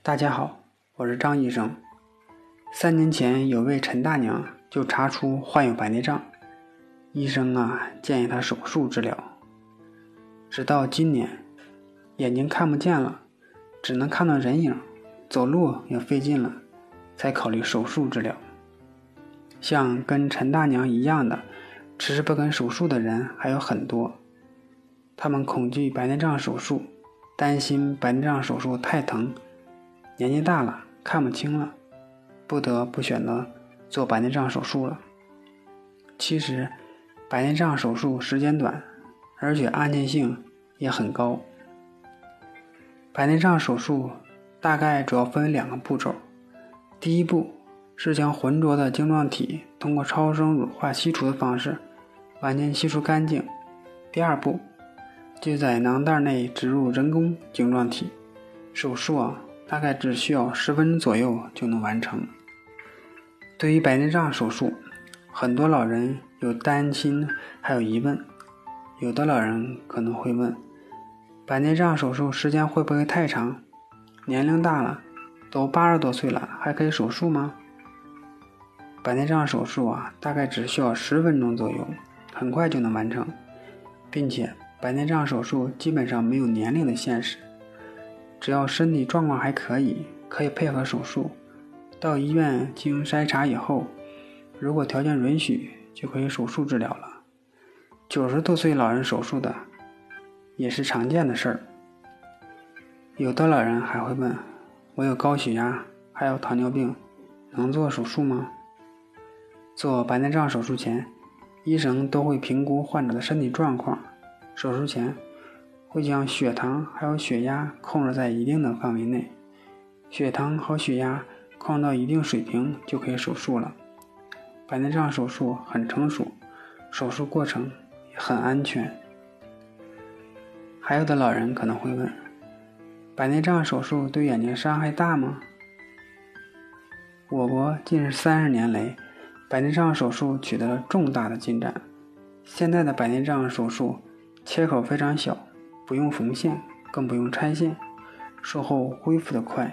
大家好，我是张医生。3年前有位陈大娘就查出患有白内障，医生建议她手术治疗。直到今年，眼睛看不见了，只能看到人影，走路也费劲了，才考虑手术治疗。像跟陈大娘一样的迟迟不肯手术的人还有很多，他们恐惧白内障手术，担心白内障手术太疼，年纪大了看不清了，不得不选择做白内障手术了。其实白内障手术时间短，而且安全性也很高。白内障手术大概主要分为2个步骤。第一步是将浑浊的晶状体通过超声乳化吸除的方式完全吸除干净。第二步就在囊袋内植入人工晶状体，手术大概只需要10分钟左右就能完成。对于白内障手术，很多老人有担心还有疑问。有的老人可能会问，白内障手术时间会不会太长？年龄大了，都80多岁了，还可以手术吗？白内障手术大概只需要10分钟左右，很快就能完成，并且白内障手术基本上没有年龄的限制，只要身体状况还可以配合手术，到医院进行筛查以后，如果条件允许，就可以手术治疗了。90多岁老人手术的也是常见的事儿。有的老人还会问，我有高血压还有糖尿病，能做手术吗？做白内障手术前，医生都会评估患者的身体状况，手术前会将血糖还有血压控制在一定的范围内，血糖和血压控制到一定水平就可以手术了。白内障手术很成熟，手术过程也很安全。还有的老人可能会问，白内障手术对眼睛伤害大吗？我国近30年来，白内障手术取得了重大的进展。现在的白内障手术切口非常小，不用缝线，更不用拆线，术后恢复得快。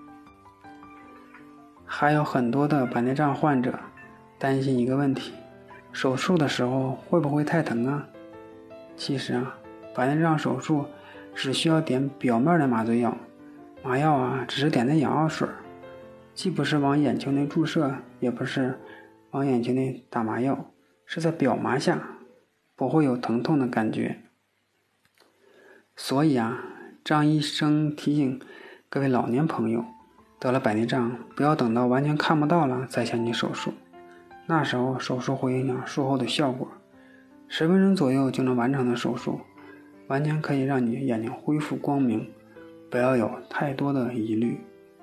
还有很多的白内障患者担心一个问题，手术的时候会不会太疼啊？其实白内障手术只需要点表面的麻醉药，麻药只是点的眼药水，既不是往眼球内注射，也不是往眼球内打麻药，是在表麻下，不会有疼痛的感觉。所以张医生提醒各位老年朋友，得了白内障不要等到完全看不到了再想起手术，那时候手术会影响术后的效果。10分钟左右就能完成的手术，完全可以让你眼睛恢复光明，不要有太多的疑虑。